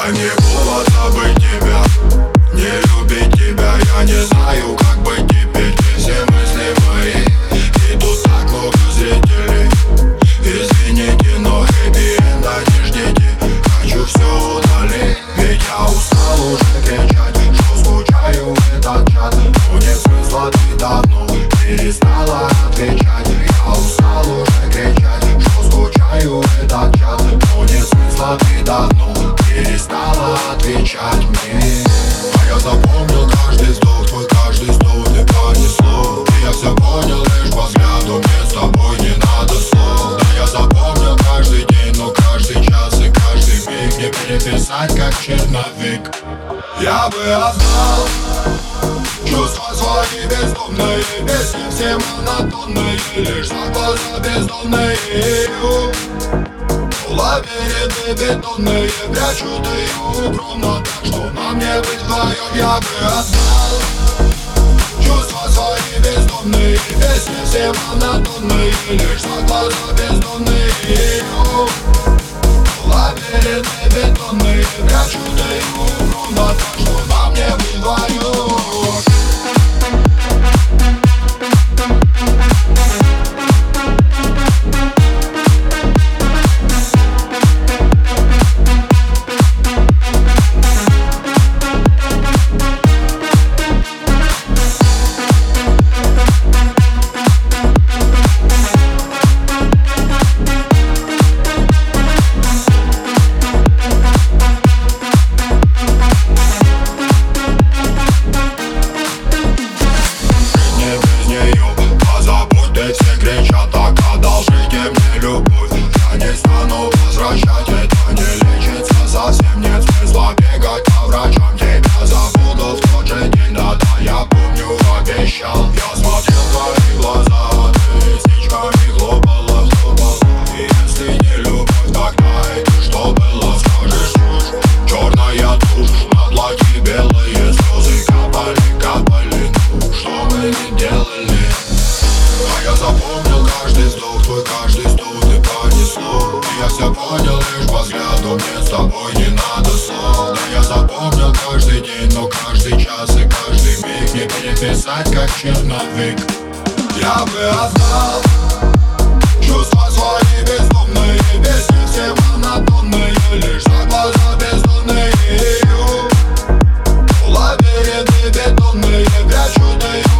Дай мне повод забыть тебя, не любить тебя. Я не знаю, как быть теперь, где все мысли мои. И тут так много зрителей. Извините, но хэппи-энда не ждите. Хочу все удалить, ведь я устал уже кричать, что скучаю в этот чат. Но нет смысла, ты давно перестала отвечать. Я устал уже кричать, что скучаю в этот чат. Но нет смысла, ты давно перестала отвечать мне. А я запомнил каждый вздох твой, каждый стол, не понесло. И я все понял лишь по взгляду, мне с тобой не надо слов. Да я запомнил каждый день, но каждый час и каждый миг не переписать, как черновик. Я бы отдал чувства свои бездомные, песни все монотонные, лишь за глаза бездомные. Лабиринты бетонные, прячу ты укромно, так что нам не быть вдвоем. Я бы отдал чувства свои бездомные, песни все монотонные, лишь за глаза бездомные. Лабиринты бетонные, прячу ты укромно, так что нам не быть вдвоем. Все кричат, так одолжите мне любовь. Я не стану возвращать, это не лечится совсем. Нет смысла бегать по врачам. Тебя забуду в тот же день, да-да, я помню, обещал. Я смотрел в твои глаза, ты ресничками хлопала. И если не любовь, тогда это что было? Скажешь чушь, черная тушь, на платье белые слезы капали, ну что мы не делали? А я запомнил каждый вздох твой, каждый стол, ты понесло. И я все понял лишь по взгляду, мне с тобой не надо слов. Да я запомнил каждый день, но каждый час и каждый миг не переписать, как черновик. Я бы отдал чувства свои бездомные, песни все монотонные, лишь за глаза бездомные. Лабиринты бетонные, прячу ты